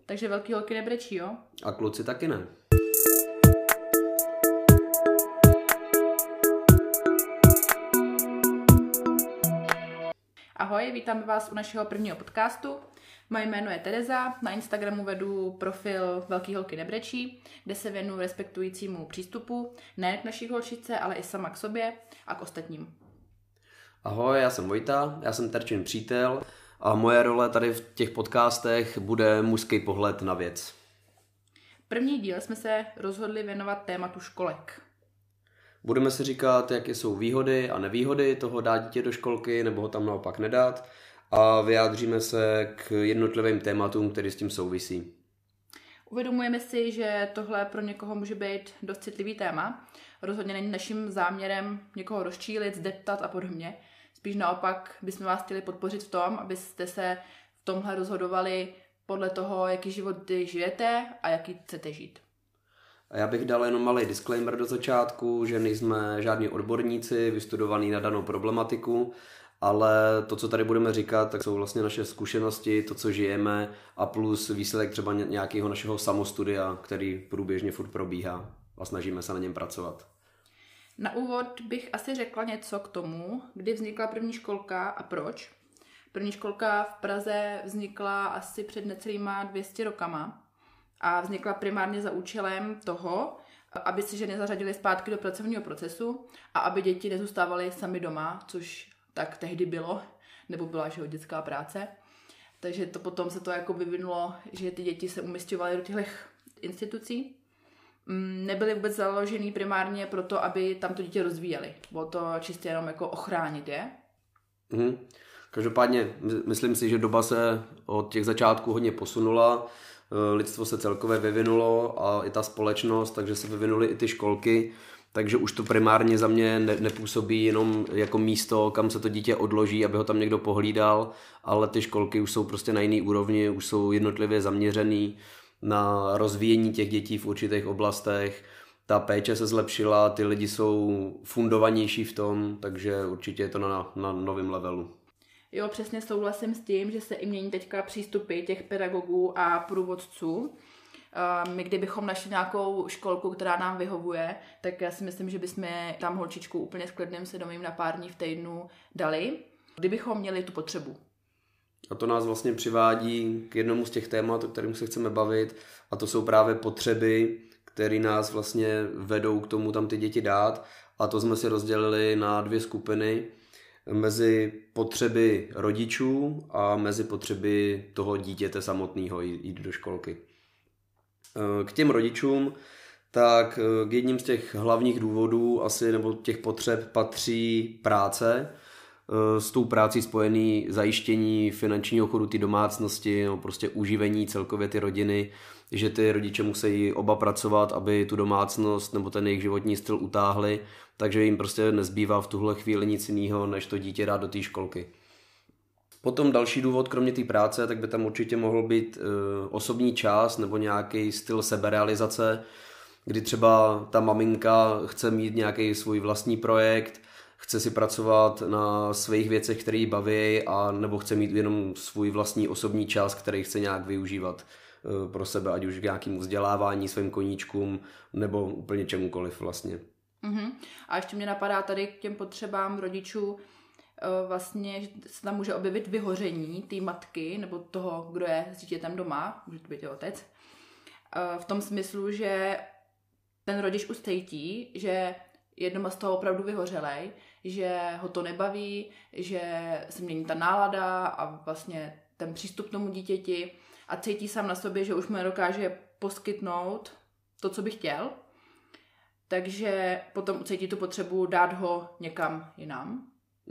Takže velký holky nebrečí, jo? A kluci taky ne. Ahoj, vítáme vás u našeho prvního podcastu. Moje jméno je Tereza, na Instagramu vedu profil Velký holky nebrečí, kde se věnuju respektujícímu přístupu nejen k naší holčičce, ale i sama k sobě a k ostatním. Ahoj, já jsem Vojta, já jsem Terčin přítel a moje role tady v těch podcastech bude mužský pohled na věc. První díl jsme se rozhodli věnovat tématu školek. Budeme si říkat, jaké jsou výhody a nevýhody toho dát dítě do školky nebo ho tam naopak nedat a vyjádříme se k jednotlivým tématům, které s tím souvisí. Uvědomujeme si, že tohle pro někoho může být dost citlivý téma. Rozhodně není naším záměrem někoho rozčílit, zdeptat a podobně. Spíš naopak bychom vás chtěli podpořit v tom, abyste se v tomhle rozhodovali podle toho, jaký život žijete a jaký chcete žít. A já bych dal jenom malý disclaimer do začátku, že nejsme žádní odborníci vystudovaní na danou problematiku, ale to, co tady budeme říkat, tak jsou vlastně naše zkušenosti, to, co žijeme a plus výsledek třeba nějakého našeho samostudia, který průběžně furt probíhá a snažíme se na něm pracovat. Na úvod bych asi řekla něco k tomu, kdy vznikla první školka a proč. První školka v Praze vznikla asi před necelýma 200 rokama a vznikla primárně za účelem toho, aby se ženy zařadily zpátky do pracovního procesu a aby děti nezůstávaly sami doma, což tak tehdy bylo, nebo byla že dětská práce. Takže to potom se to jako vyvinulo, že ty děti se umisťovaly do těchto institucí. Nebyly vůbec založený primárně proto, aby tam to dítě rozvíjeli. Bylo to čistě jenom jako ochránit je. Každopádně myslím si, že doba se od těch začátků hodně posunula, lidstvo se celkově vyvinulo a i ta společnost, takže se vyvinuly i ty školky, takže už to primárně za mě nepůsobí jenom jako místo, kam se to dítě odloží, aby ho tam někdo pohlídal, ale ty školky už jsou prostě na jiný úrovni, už jsou jednotlivě zaměřený na rozvíjení těch dětí v určitých oblastech. Ta péče se zlepšila, ty lidi jsou fundovanější v tom, takže určitě je to na novém levelu. Jo, přesně souhlasím s tím, že se i mění teďka přístupy těch pedagogů a průvodců. My kdybychom našli nějakou školku, která nám vyhovuje, tak já si myslím, že bychom tam holčičku úplně s klidným svědomím na pár dní v týdnu dali, kdybychom měli tu potřebu. A to nás vlastně přivádí k jednomu z těch témat, o kterém se chceme bavit, a to jsou právě potřeby, které nás vlastně vedou k tomu tam ty děti dát. A to jsme si rozdělili na dvě skupiny, mezi potřeby rodičů a mezi potřeby toho dítěte samotného jít do školky. K těm rodičům, tak k jedním z těch hlavních důvodů asi nebo těch potřeb patří práce, s tou prácí spojený zajištění finančního chodu té domácnosti, no prostě uživení celkově ty rodiny, že ty rodiče musí oba pracovat, aby tu domácnost nebo ten jejich životní styl utáhli, takže jim prostě nezbývá v tuhle chvíli nic jiného, než to dítě dát do té školky. Potom další důvod, kromě té práce, tak by tam určitě mohl být osobní čas nebo nějaký styl seberealizace, kdy třeba ta maminka chce mít nějaký svůj vlastní projekt, chce si pracovat na svých věcech, které jí baví, a nebo chce mít jenom svůj vlastní osobní čas, který chce nějak využívat pro sebe, ať už k nějakému vzdělávání, svým koníčkům, nebo úplně čemukoliv vlastně. A ještě mě napadá tady k těm potřebám rodičů, vlastně, že se tam může objevit vyhoření té matky, nebo toho, kdo je s dítětem doma, může to být i otec, v tom smyslu, že ten rodič už cítí, že je doma z toho opravdu vyhořelej, že ho to nebaví, že se mění ta nálada a vlastně ten přístup tomu dítěti a cítí sám na sobě, že už mu nedokáže poskytnout to, co by chtěl, takže potom cítí tu potřebu dát ho někam jinam.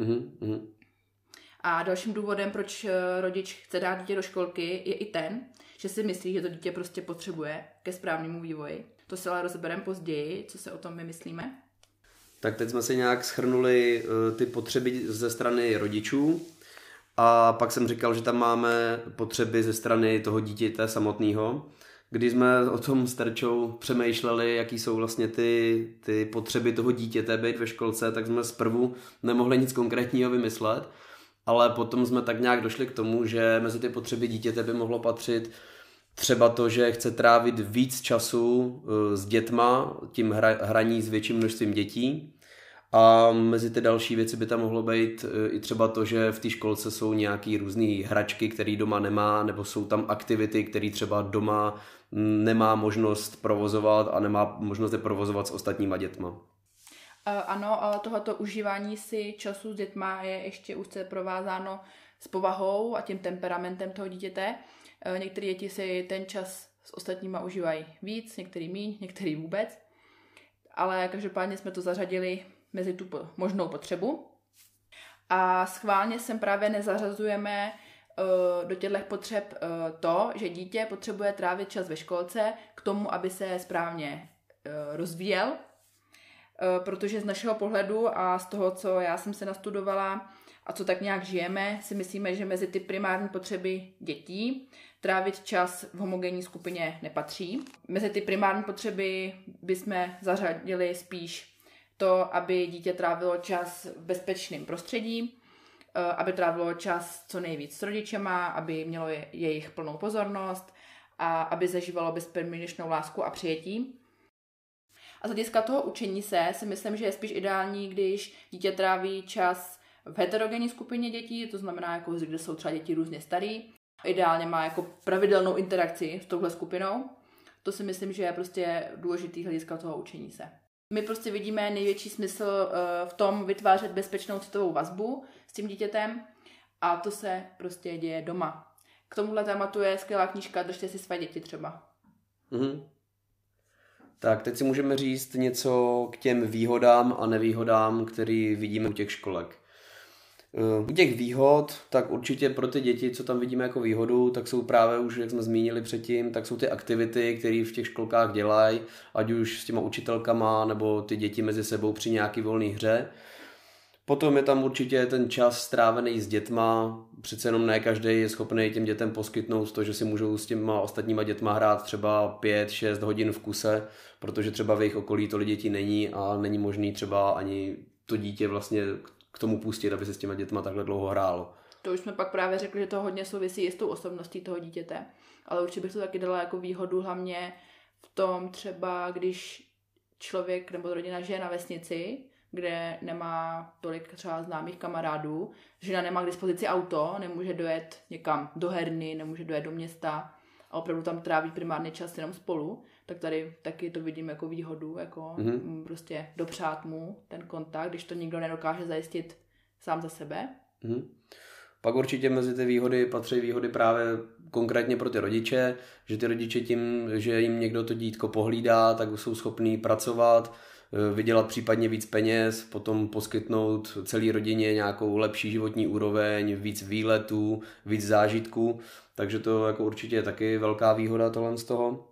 A dalším důvodem, proč rodič chce dát dítě do školky, je i ten, že si myslí, že to dítě prostě potřebuje ke správnému vývoji. To se ale rozebereme později, co se o tom my myslíme. Tak teď jsme si nějak shrnuli ty potřeby ze strany rodičů a pak jsem říkal, že tam máme potřeby ze strany toho dítěte samotného. Když jsme o tom s Terčou přemýšleli, jaký jsou vlastně ty potřeby toho dítěte být ve školce, tak jsme zprvu nemohli nic konkrétního vymyslet, ale potom jsme tak nějak došli k tomu, že mezi ty potřeby dítěte by mohlo patřit třeba to, že chce trávit víc času s dětma, tím hraní s větším množstvím dětí. A mezi ty další věci by tam mohlo být i třeba to, že v té školce jsou nějaký různý hračky, který doma nemá, nebo jsou tam aktivity, které třeba doma nemá možnost provozovat a nemá možnost je provozovat s ostatníma dětma. Ano, ale tohleto užívání si času s dětma je ještě úzce provázáno s povahou a tím temperamentem toho dítěte. Některé děti si ten čas s ostatníma užívají víc, některý míň, některý vůbec. Ale každopádně jsme to zařadili mezi tu možnou potřebu. A schválně sem právě nezařazujeme do těchto potřeb to, že dítě potřebuje trávit čas ve školce k tomu, aby se správně rozvíjel, protože z našeho pohledu a z toho, co já jsem se nastudovala a co tak nějak žijeme, si myslíme, že mezi ty primární potřeby dětí trávit čas v homogenní skupině nepatří. Mezi ty primární potřeby bychom zařadili spíš to, aby dítě trávilo čas v bezpečném prostředí, aby trávilo čas co nejvíc s rodičema, aby mělo jejich plnou pozornost a aby zažívalo bezpodmínečnou lásku a přijetí. A z hlediska toho učení se si myslím, že je spíš ideální, když dítě tráví čas v heterogenní skupině dětí, to znamená, jako, kde jsou třeba děti různě starý. Ideálně má jako pravidelnou interakci s touhle skupinou. To si myslím, že je prostě důležitý hlediska toho učení se. My prostě vidíme největší smysl v tom vytvářet bezpečnou citovou vazbu s tím dítětem a to se prostě děje doma. K tomuhle tématu je skvělá knížka Držte si své děti třeba. Tak, teď si můžeme říct něco k těm výhodám a nevýhodám, které vidíme u těch školek. U těch výhod, tak určitě pro ty děti, co tam vidíme jako výhodu, tak jsou právě už, jak jsme zmínili předtím, tak jsou ty aktivity, které v těch školkách dělají, ať už s těma učitelkama, nebo ty děti mezi sebou při nějaký volné hře. Potom je tam určitě ten čas strávený s dětma, přece jenom ne každý je schopný těm dětem poskytnout to, že si můžou s těma ostatníma dětma hrát třeba 5-6 hodin v kuse, protože třeba v jejich okolí tolik dětí není a není možný třeba ani to dítě vlastně k tomu pustit, aby se s těma dětma takhle dlouho hrálo. To už jsme pak právě řekli, že to hodně souvisí i s tou osobností toho dítěte, ale určitě bych to taky dala jako výhodu hlavně v tom třeba, když člověk nebo rodina žije na vesnici, kde nemá tolik třeba známých kamarádů, žena nemá k dispozici auto, nemůže dojet někam do herny, nemůže dojet do města a opravdu tam tráví primárně čas jenom spolu, tak tady taky to vidím jako výhodu, jako prostě dopřát mu ten kontakt, když to nikdo nedokáže zajistit sám za sebe. Pak určitě mezi ty výhody patří výhody právě konkrétně pro ty rodiče, že ty rodiče tím, že jim někdo to dítko pohlídá, tak jsou schopní pracovat, vydělat případně víc peněz, potom poskytnout celé rodině nějakou lepší životní úroveň, víc výletů, víc zážitků, takže to jako určitě je taky velká výhoda tohle z toho.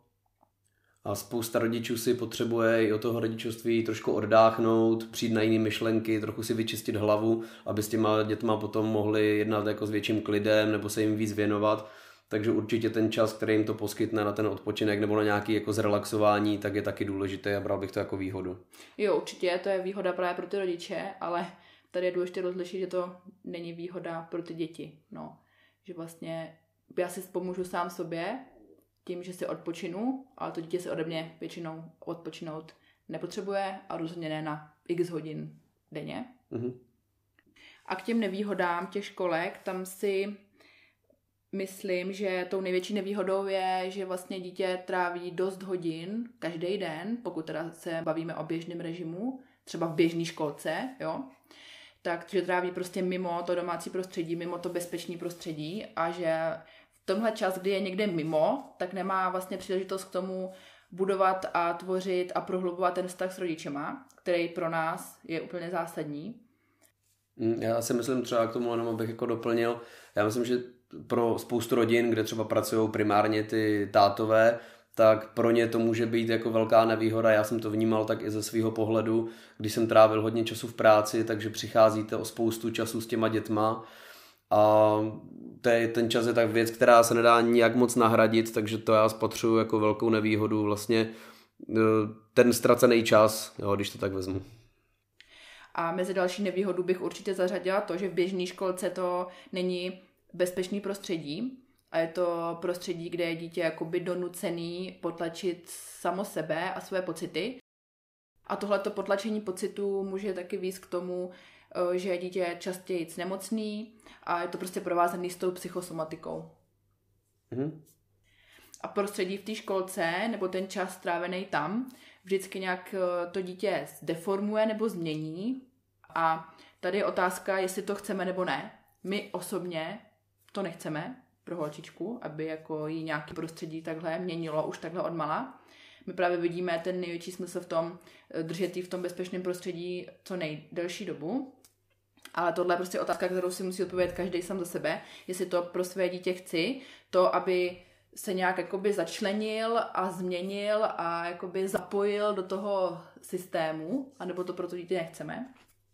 A spousta rodičů si potřebuje i od toho rodičovství trošku oddáchnout, přijít na jiné myšlenky, trochu si vyčistit hlavu, aby s těma dětma potom mohli jednat jako s větším klidem nebo se jim víc věnovat. Takže určitě ten čas, který jim to poskytne na ten odpočinek nebo na nějaký jako zrelaxování, tak je taky důležitý a bral bych to jako výhodu. Jo, určitě, to je výhoda právě pro ty rodiče, ale tady je důležité rozlišit, že to není výhoda pro ty děti. No, že vlastně já si pomůžu sám sobě tím, že si odpočinu, ale to dítě se ode mě většinou odpočinout nepotřebuje a rozhodně ne na x hodin denně. A k těm nevýhodám těch školek, tam si myslím, že tou největší nevýhodou je, že vlastně dítě tráví dost hodin každý den, pokud teda se bavíme o běžném režimu, třeba v běžné školce, jo, takže tráví prostě mimo to domácí prostředí, mimo to bezpečné prostředí a že v tomhle čas, kdy je někde mimo, tak nemá vlastně příležitost k tomu budovat a tvořit a prohlubovat ten vztah s rodičema, který pro nás je úplně zásadní. Já si myslím třeba k tomu jenom, abych jako doplnil, já myslím, že pro spoustu rodin, kde třeba pracují primárně ty tátové, tak pro ně to může být jako velká nevýhoda. Já jsem to vnímal tak i ze svého pohledu, když jsem trávil hodně času v práci, takže přicházíte o spoustu času s těma dětma a ten čas je tak věc, která se nedá nijak moc nahradit, takže to já spatřuju jako velkou nevýhodu vlastně ten ztracený čas, jo, když to tak vezmu. A mezi další nevýhodu bych určitě zařadila to, že v běžné školce to není bezpečný prostředí a je to prostředí, kde je dítě jakoby donucený potlačit samo sebe a své pocity. A tohleto potlačení pocitů může taky vést k tomu, že je dítě častěji nemocný a je to prostě provázaný s tou psychosomatikou. A prostředí v té školce, nebo ten čas strávený tam, vždycky nějak to dítě deformuje nebo změní. A tady je otázka, jestli to chceme nebo ne. My osobně to nechceme pro holčičku, aby jako jí nějaký prostředí takhle měnilo už takhle odmala. My právě vidíme ten největší smysl v tom držet jí v tom bezpečném prostředí co nejdelší dobu. Ale tohle je prostě otázka, kterou si musí odpovědět každý sám za sebe, jestli to pro své dítě chci, to, aby se nějak jakoby začlenil a změnil a jakoby zapojil do toho systému, anebo to pro to dítě nechceme.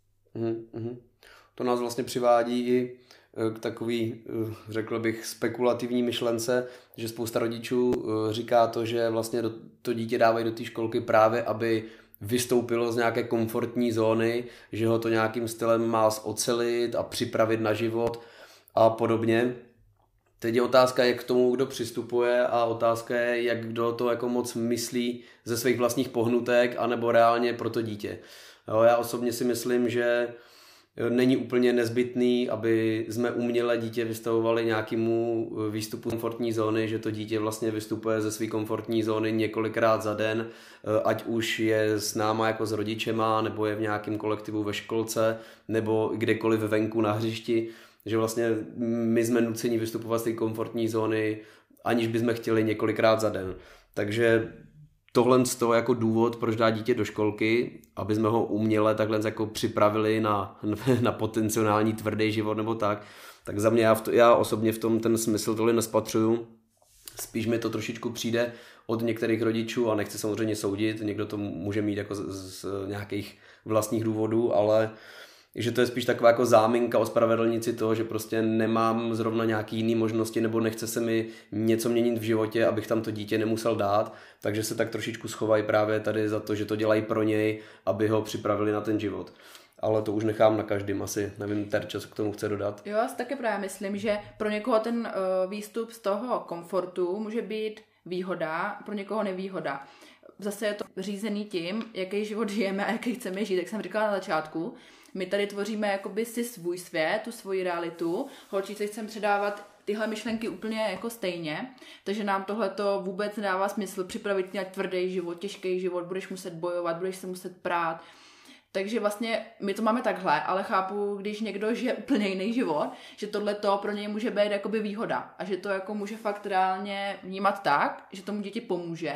To nás vlastně přivádí i k takový, řekl bych, spekulativní myšlence, že spousta rodičů říká to, že vlastně to dítě dávají do té školky právě, aby vystoupilo z nějaké komfortní zóny, že ho to nějakým stylem má zocelit a připravit na život a podobně. Teď je otázka, jak k tomu kdo přistupuje a otázka je, jak kdo to jako moc myslí ze svých vlastních pohnutek anebo reálně pro to dítě. Jo, já osobně si myslím, že není úplně nezbytný, aby jsme uměle dítě vystavovali nějakému výstupu komfortní zóny, že to dítě vlastně vystupuje ze své komfortní zóny několikrát za den, ať už je s náma jako s rodičema, nebo je v nějakém kolektivu ve školce, nebo kdekoliv venku na hřišti, že vlastně my jsme nuceni vystupovat z té komfortní zóny, aniž bychom chtěli několikrát za den. Takže tohle z toho jako důvod, proč dát dítě do školky, aby jsme ho uměle takhle jako připravili na potenciální tvrdý život nebo tak za mě já osobně v tom ten smysl tohle nespatřuju. Spíš mi to trošičku přijde od některých rodičů a nechci samozřejmě soudit, někdo to může mít jako z nějakých vlastních důvodů, ale že to je spíš taková jako záminka ospravedlnit si toho, že prostě nemám zrovna nějaký jiný možnosti nebo nechce se mi něco měnit v životě, abych tam to dítě nemusel dát, takže se tak trošičku schovají právě tady za to, že to dělají pro něj, aby ho připravili na ten život. Ale to už nechám na každém asi, nevím, Terča, co k tomu chce dodat. Jo, já si taky právě myslím, že pro někoho ten výstup z toho komfortu může být výhoda, pro někoho nevýhoda. Zase je to řízený tím, jaký život žijeme a jaký chceme žít, jak jsem říkala na začátku. My tady tvoříme jakoby si svůj svět, tu svoji realitu. Holčice chceme předávat tyhle myšlenky úplně jako stejně, takže nám tohleto vůbec nedává smysl připravit nějak tvrdý život, těžký život, budeš muset bojovat, budeš se muset prát. Takže vlastně my to máme takhle, ale chápu, když někdo žije úplně jiný život, že tohleto pro něj může být jakoby výhoda a že to jako může fakt reálně vnímat tak, že tomu dítě pomůže,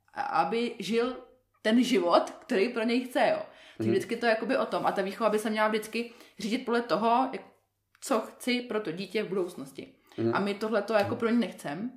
aby žil ten život, který pro něj chce, jo. Takže vždycky to je jakoby o tom. A ta výchova by se měla vždycky řídit podle toho, co chci pro to dítě v budoucnosti. A my tohleto jako pro ně nechcem.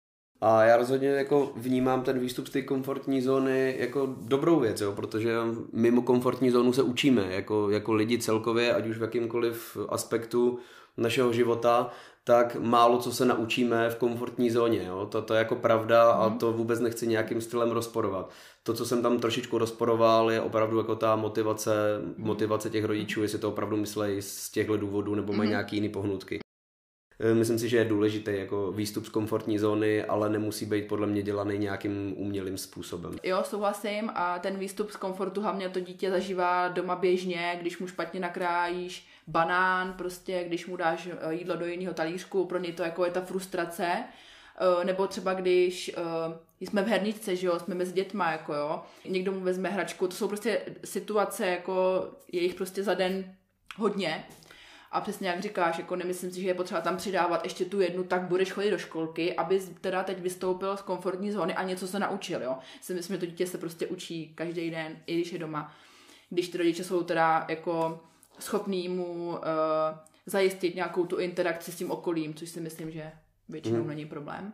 A já rozhodně jako vnímám ten výstup z té komfortní zóny jako dobrou věc, jo, protože mimo komfortní zónu se učíme jako lidi celkově, ať už v jakýmkoliv aspektu našeho života, tak málo co se naučíme v komfortní zóně. Jo. To je jako pravda a to vůbec nechci nějakým stylem rozporovat. To, co jsem tam trošičku rozporoval, je opravdu jako ta motivace těch rodičů, jestli to opravdu myslejí z těchto důvodů nebo mají nějaký jiný pohnutky. Myslím si, že je důležitý jako výstup z komfortní zóny, ale nemusí být podle mě dělaný nějakým umělým způsobem. Jo, souhlasím a ten výstup z komfortu hlavně to dítě zažívá doma běžně, když mu špatně nakrájíš banán, prostě když mu dáš jídlo do jiného talířku, pro něj to jako je ta frustrace, nebo třeba když jsme v herničce, že jo, jsme mezi dětma, jako jo, někdo mu vezme hračku, to jsou prostě situace, jako je jich prostě za den hodně. A přesně jak říkáš, jako nemyslím si, že je potřeba tam přidávat ještě tu jednu, tak budeš chodit do školky, aby teda teď vystoupil z komfortní zóny a něco se naučil, jo. Si myslím, že to dítě se prostě učí každý den, i když je doma. Když ty rodiče jsou teda jako schopní mu zajistit nějakou tu interakci s tím okolím, což si myslím, že většinou není problém.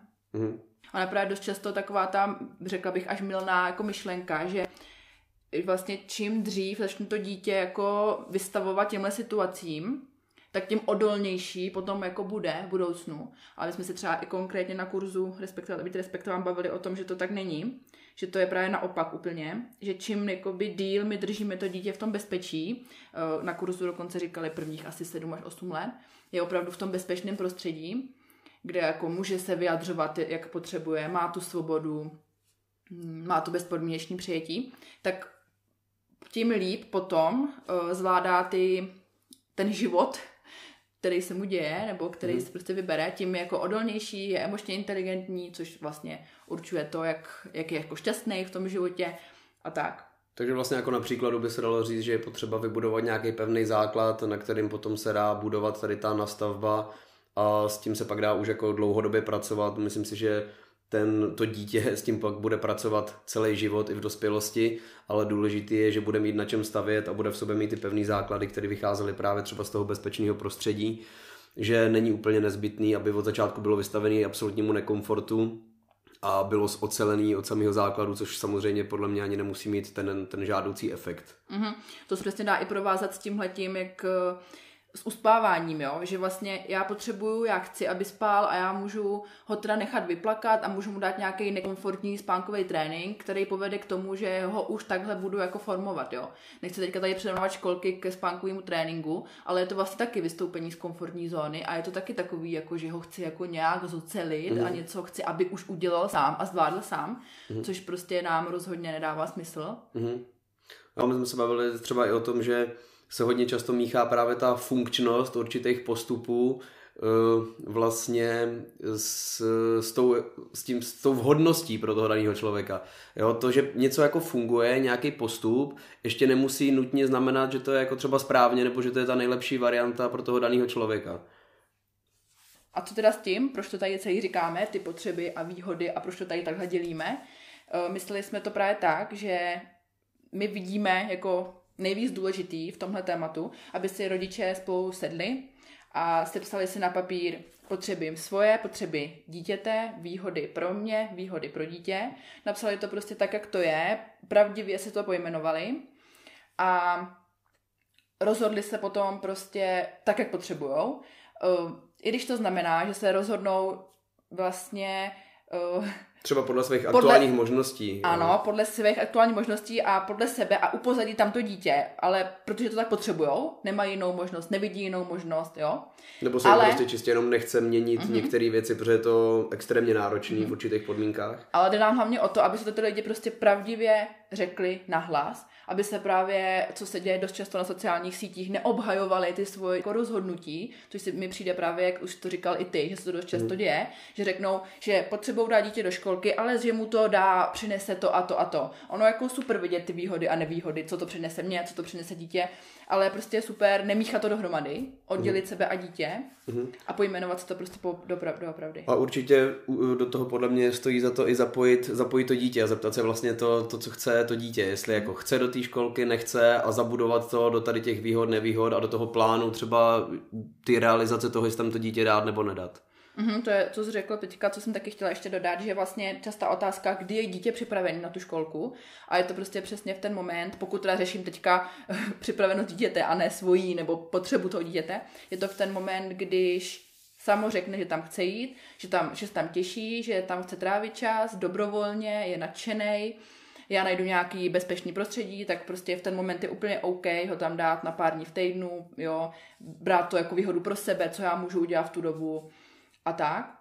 A právě dost často taková ta, řekla bych, až mylná jako myšlenka, že vlastně čím dřív začne to dítě jako vystavovat těmhle situacím, tak tím odolnější potom jako bude v budoucnu. Ale my jsme se třeba i konkrétně na kurzu Být respektován bavili o tom, že to tak není, že to je právě naopak úplně, že čím jakoby díl my držíme to dítě v tom bezpečí, na kurzu dokonce říkali prvních asi 7 až 8 let, je opravdu v tom bezpečném prostředí, kde jako může se vyjadřovat, jak potřebuje, má tu svobodu, má to bezpodmínečné přijetí, tak tím líp potom zvládá ten živo,t který se mu děje, nebo který se prostě vybere, tím je jako odolnější, je emočně inteligentní, což vlastně určuje to, jak je jako šťastný v tom životě a tak. Takže vlastně jako na příkladu by se dalo říct, že je potřeba vybudovat nějaký pevný základ, na kterým potom se dá budovat tady ta nastavba a s tím se pak dá už jako dlouhodobě pracovat. Myslím si, že to dítě s tím pak bude pracovat celý život i v dospělosti, ale důležité je, že bude mít na čem stavět a bude v sobě mít ty pevný základy, které vycházely právě třeba z toho bezpečného prostředí, že není úplně nezbytný, aby od začátku bylo vystavený absolutnímu nekomfortu a bylo ocelený od samého základu, což samozřejmě podle mě ani nemusí mít ten žádoucí efekt. To se přesně dá i provázat s tímhletím, jak s uspáváním, jo? Že vlastně já potřebuju, já chci, aby spál a já můžu ho teda nechat vyplakat a můžu mu dát nějaký nekomfortní spánkový trénink, který povede k tomu, že ho už takhle budu jako formovat, jo. Nechci teďka tady předávat školky ke spánkovému tréninku, ale je to vlastně taky vystoupení z komfortní zóny a je to taky takový, jako že ho chci jako nějak zocelit a něco chci, aby už udělal sám a zvládl sám, což prostě nám rozhodně nedává smysl. A my jsme se bavili třeba i o tom, že se hodně často míchá právě ta funkčnost určitých postupů vlastně s tou vhodností pro toho daného člověka. Jo, to, že něco jako funguje, nějaký postup, ještě nemusí nutně znamenat, že to je jako třeba správně, nebo že to je ta nejlepší varianta pro toho daného člověka. A co teda s tím, proč to tady celý říkáme, ty potřeby a výhody a proč to tady takhle dělíme? Mysleli jsme to právě tak, že my vidíme jako nejvíc důležitý v tomhle tématu, aby si rodiče spolu sedli a sepsali si na papír potřeby svoje, potřeby dítěte, výhody pro mě, výhody pro dítě. Napsali to prostě tak, jak to je, pravdivě si to pojmenovali a rozhodli se potom prostě tak, jak potřebujou. I když to znamená, že se rozhodnou vlastně třeba podle svých aktuálních možností. Ano, podle svých aktuálních možností a podle sebe a upozadí tam to dítě, ale protože to tak potřebujou, nemají jinou možnost, nevidí jinou možnost, jo. Nebo se prostě čistě jenom nechce měnit některé věci, protože je to extrémně náročný v určitých podmínkách. Ale jde nám hlavně o to, aby se to ty lidi prostě pravdivě řekli nahlas, aby se právě, co se děje dost často na sociálních sítích, neobhajovali ty svoje jako rozhodnutí, což si mi přijde právě, jak už to říkal i ty, že se to dost často děje, že řeknou, že potřebují dát dítě do školky, ale že mu to přinese to a to a to. Ono jako super vidět ty výhody a nevýhody, co to přinese mně, co to přinese dítě, ale prostě je super nemíchat to dohromady, oddělit sebe a dítě a pojmenovat si to prostě doopravdy. A určitě do toho podle mě stojí za to i zapojit to dítě a zeptat se vlastně to, co chce to dítě, jestli jako chce do té školky, nechce a zabudovat to do tady těch výhod, nevýhod a do toho plánu třeba ty realizace toho, jestli tam to dítě dát nebo nedat. To je, co jsi řekl teďka, co jsem taky chtěla ještě dodat, že je vlastně častá otázka, kdy je dítě připravené na tu školku a je to prostě přesně v ten moment, pokud teda řeším teďka připravenost dítěte a ne svojí nebo potřebu toho dítěte, je to v ten moment, když samo řekne, že tam chce jít, že se tam těší, že tam chce trávit čas, dobrovolně, je nadšenej, já najdu nějaký bezpečný prostředí, tak prostě v ten moment je úplně OK ho tam dát na pár dní v týdnu, jo, brát to jako výhodu pro sebe, co já můžu udělat v tu dobu a tak.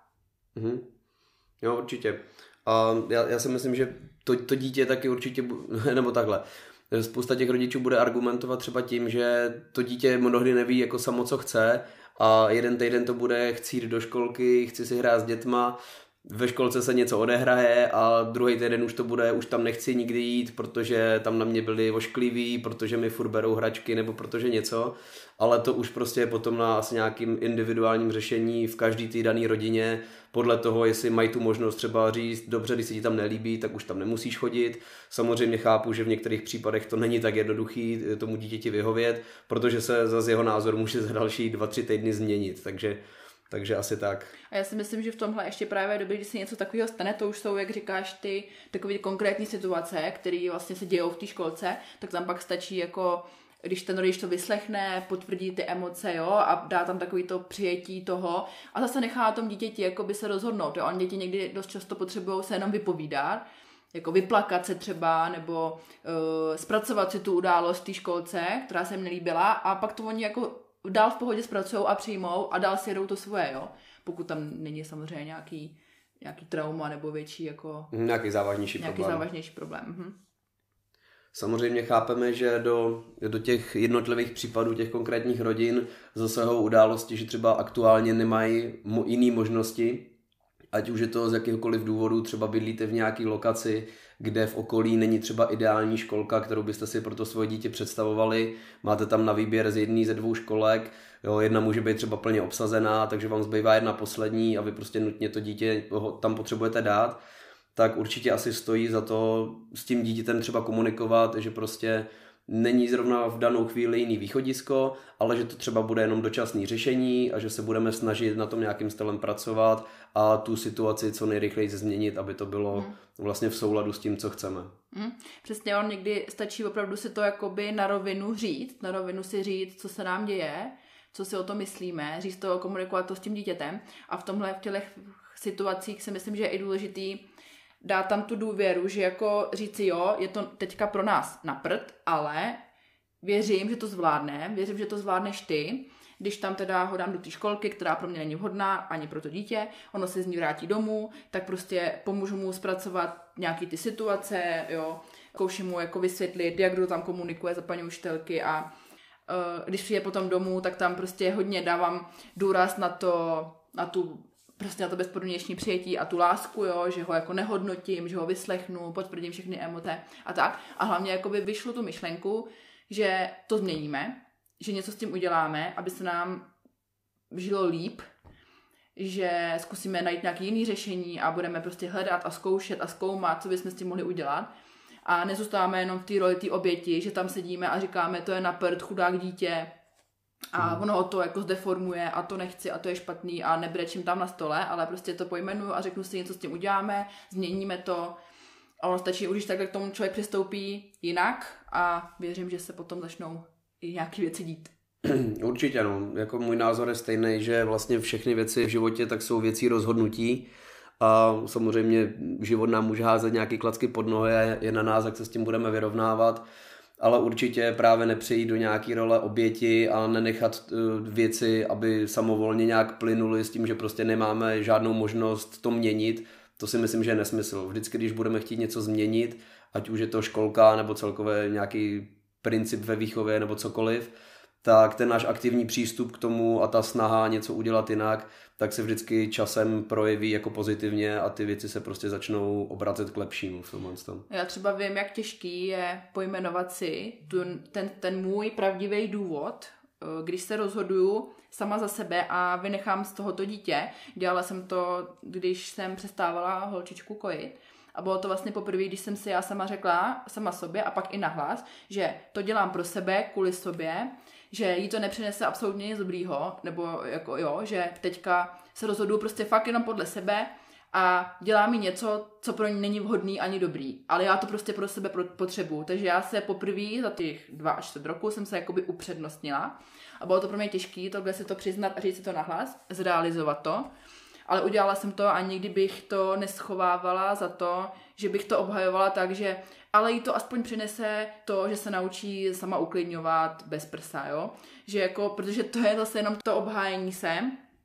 Jo, určitě. A já si myslím, že to dítě taky určitě, nebo takhle, spousta těch rodičů bude argumentovat třeba tím, že to dítě mnohdy neví jako samo, co chce a jeden týden to bude chcít do školky, chci si hrát s dětma, ve školce se něco odehraje a druhý týden už tam nechci nikdy jít, protože tam na mě byli oškliví, protože mi furt berou hračky nebo protože něco, ale to už prostě je potom na asi nějakým individuálním řešení v každý té dané rodině, podle toho, jestli mají tu možnost třeba říct, dobře, když se ti tam nelíbí, tak už tam nemusíš chodit. Samozřejmě chápu, že v některých případech to není tak jednoduchý tomu dítěti vyhovět, protože se zase jeho názor může za další 2-3 týdny změnit, takže asi tak. A já si myslím, že v tomhle ještě právě době, když se něco takového stane, to už jsou, jak říkáš ty, takové konkrétní situace, které vlastně se dějou v té školce, tak tam pak stačí jako, když ten rodič to vyslechne, potvrdí ty emoce, jo, a dá tam takový to přijetí toho a zase nechá tom dítěti jako by se rozhodnout, jo. On děti někdy dost často potřebují se jenom vypovídat, jako vyplakat se třeba, nebo zpracovat si tu událost v té školce, která se jim nelíbila a pak to oni jako dál v pohodě zpracují a přijmou a dál si jedou to svoje, jo. pokud tam není samozřejmě nějaký trauma nebo větší jako... Nějaký závažnější problém. Mhm. Samozřejmě chápeme, že do těch jednotlivých případů těch konkrétních rodin zasahují události, že třeba aktuálně nemají jiné možnosti, ať už je to z jakéhokoliv důvodu, třeba bydlíte v nějaké lokaci, kde v okolí není třeba ideální školka, kterou byste si pro to svoje dítě představovali, máte tam na výběr z jedné ze 2 školek, jo, jedna může být třeba plně obsazená, takže vám zbývá jedna poslední a vy prostě nutně to dítě tam potřebujete dát, tak určitě asi stojí za to s tím dítětem třeba komunikovat, že prostě není zrovna v danou chvíli jiný východisko, ale že to třeba bude jenom dočasné řešení a že se budeme snažit na tom nějakým stylem pracovat a tu situaci co nejrychleji změnit, aby to bylo vlastně v souladu s tím, co chceme. Přesně, on někdy stačí opravdu si to jakoby na rovinu si říct, co se nám děje, co si o to myslíme, říct to, komunikovat to s tím dítětem a v těch situacích si myslím, že je i důležitý dát tam tu důvěru, že jako říci jo, je to teďka pro nás na prd, ale věřím, že to zvládneš ty, když tam teda ho dám do té školky, která pro mě není vhodná ani pro to dítě, ono se z ní vrátí domů, tak prostě pomůžu mu zpracovat nějaký ty situace, jo, zkouším mu jako vysvětlit, jak kdo tam komunikuje za paní učitelky a když přijde potom domů, tak tam prostě hodně dávám důraz na to bezpodmínečné přijetí a tu lásku, jo, že ho jako nehodnotím, že ho vyslechnu, potvrdím všechny emoce a tak. A hlavně jakoby vyšlu tu myšlenku, že to změníme, že něco s tím uděláme, aby se nám žilo líp, že zkusíme najít nějaké jiné řešení a budeme prostě hledat a zkoušet a zkoumat, co bychom s tím mohli udělat. A nezůstáváme jenom v té roli té oběti, že tam sedíme a říkáme, to je na prd, chudák dítě, a ono ho to jako zdeformuje a to nechci a to je špatný a nebrečím tam na stole, ale prostě to pojmenuju a řeknu si něco s tím uděláme, změníme to a ono stačí, když takhle k tomu člověk přistoupí jinak a věřím, že se potom začnou i nějaké věci dít. Určitě, no. Jako můj názor je stejný, že vlastně všechny věci v životě tak jsou věcí rozhodnutí a samozřejmě život nám může házet nějaký klacky pod nohy, je na nás, jak se s tím budeme vyrovnávat. Ale určitě právě nepřejít do nějaké role oběti a nenechat věci, aby samovolně nějak plynuly s tím, že prostě nemáme žádnou možnost to měnit. To si myslím, že je nesmysl. Vždycky, když budeme chtít něco změnit, ať už je to školka nebo celkově nějaký princip ve výchově nebo cokoliv, tak ten náš aktivní přístup k tomu a ta snaha něco udělat jinak, tak se vždycky časem projeví jako pozitivně a ty věci se prostě začnou obracet k lepšímu v tomhle tom. Já třeba vím, jak těžký je pojmenovat si ten můj pravdivý důvod, když se rozhoduju sama za sebe a vynechám z tohoto dítě. Dělala jsem to, když jsem přestávala holčičku kojit. A bylo to vlastně poprvé, když jsem si já sama řekla, sama sobě a pak i nahlas, že to dělám pro sebe, kvůli sobě, že jí to nepřinese absolutně nic dobrýho, nebo jako jo, že teďka se rozhoduju prostě fakt jenom podle sebe a dělám jí něco, co pro ní není vhodný ani dobrý, ale já to prostě pro sebe potřebuju, takže já se poprvé za těch 2 až 4 roku jsem se jakoby upřednostnila a bylo to pro mě těžké tohle si to přiznat a říct si to nahlas, zrealizovat to, ale udělala jsem to a nikdy bych to neschovávala za to, že bych to obhajovala tak, že ale jí to aspoň přinese to, že se naučí sama uklidňovat bez prsa, jo? Že jako, protože to je zase jenom to obhájení se,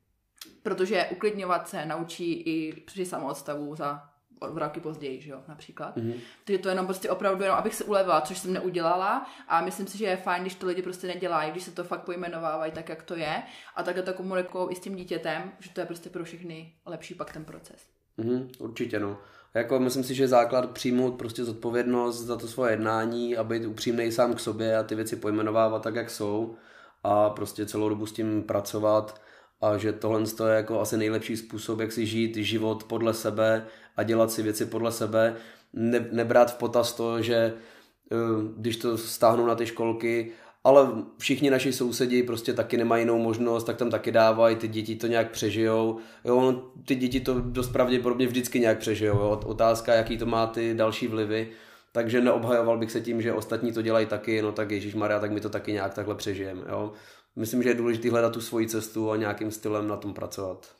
protože uklidňovat se naučí i při samoodstavu za roky později, že jo, například. Takže to je jenom prostě opravdu jenom, abych se ulevila, což jsem neudělala a myslím si, že je fajn, když to lidi prostě nedělají, když se to fakt pojmenovávají tak, jak to je a takhle to komunikují i s tím dítětem, že to je prostě pro všechny lepší pak ten proces. Určitě, no. Jako myslím si, že základ přijmout prostě zodpovědnost za to svoje jednání a být upřímnej sám k sobě a ty věci pojmenovávat tak, jak jsou a prostě celou dobu s tím pracovat a že tohle je jako asi nejlepší způsob, jak si žít život podle sebe a dělat si věci podle sebe, nebrát v potaz to, že když to stáhnou na ty školky, ale všichni naši sousedi prostě taky nemají jinou možnost, tak tam taky dávají, ty děti to nějak přežijou. Jo, ty děti to dost pravděpodobně vždycky nějak přežijou. Jo. Otázka, jaký to má ty další vlivy. Takže neobhajoval bych se tím, že ostatní to dělají taky, no tak ježišmarja, tak my to taky nějak takhle přežijeme. Jo. Myslím, že je důležité hledat tu svoji cestu a nějakým stylem na tom pracovat.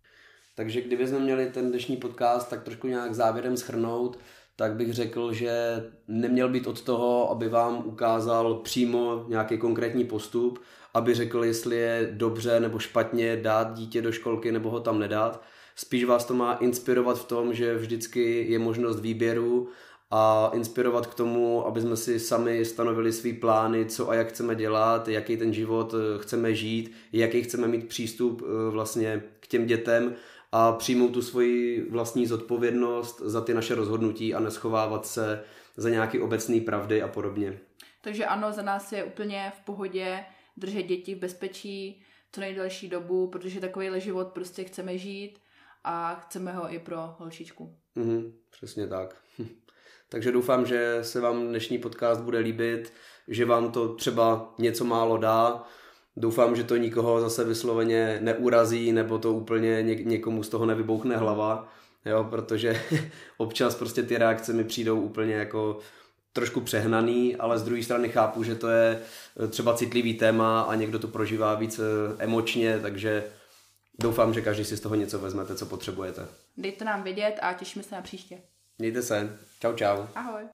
Takže kdyby jsme měli ten dnešní podcast tak trošku nějak závěrem shrnout, tak bych řekl, že neměl být od toho, aby vám ukázal přímo nějaký konkrétní postup, aby řekl, jestli je dobře nebo špatně dát dítě do školky nebo ho tam nedat. Spíš vás to má inspirovat v tom, že vždycky je možnost výběru a inspirovat k tomu, aby jsme si sami stanovili svý plány, co a jak chceme dělat, jaký ten život chceme žít, jaký chceme mít přístup vlastně k těm dětem a přijmout tu svoji vlastní zodpovědnost za ty naše rozhodnutí a neschovávat se za nějaký obecný pravdy a podobně. Takže ano, za nás je úplně v pohodě držet děti v bezpečí co nejdelší dobu, protože takovýhle život prostě chceme žít a chceme ho i pro holčičku. Přesně tak. Takže doufám, že se vám dnešní podcast bude líbit, že vám to třeba něco málo dá. Doufám, že to nikoho zase vysloveně neurazí, nebo to úplně někomu z toho nevybouchne hlava, jo, protože občas prostě ty reakce mi přijdou úplně jako trošku přehnaný, ale z druhé strany chápu, že to je třeba citlivý téma a někdo to prožívá víc emočně, takže doufám, že každý si z toho něco vezmete, co potřebujete. Dejte nám vědět a těšíme se na příště. Mějte se. Čau, čau. Ahoj.